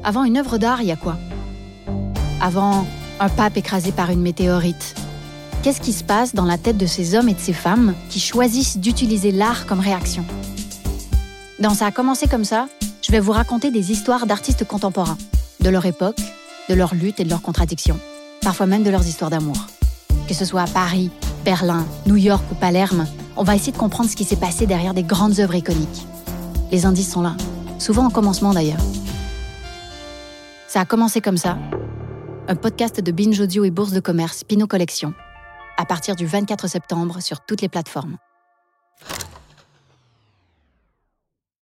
Avant une œuvre d'art, il y a quoi? Avant un pape écrasé par une météorite. Qu'est-ce qui se passe dans la tête de ces hommes et de ces femmes qui choisissent d'utiliser l'art comme réaction? Dans Ça a commencé comme ça, je vais vous raconter des histoires d'artistes contemporains, de leur époque, de leurs luttes et de leurs contradictions, parfois même de leurs histoires d'amour. Que ce soit à Paris, Berlin, New York ou Palerme, on va essayer de comprendre ce qui s'est passé derrière des grandes œuvres iconiques. Les indices sont là, souvent au commencement d'ailleurs. Ça a commencé comme ça, un podcast de Binge Audio et Bourse de Commerce Pinot Collection, à partir du 24 septembre sur toutes les plateformes.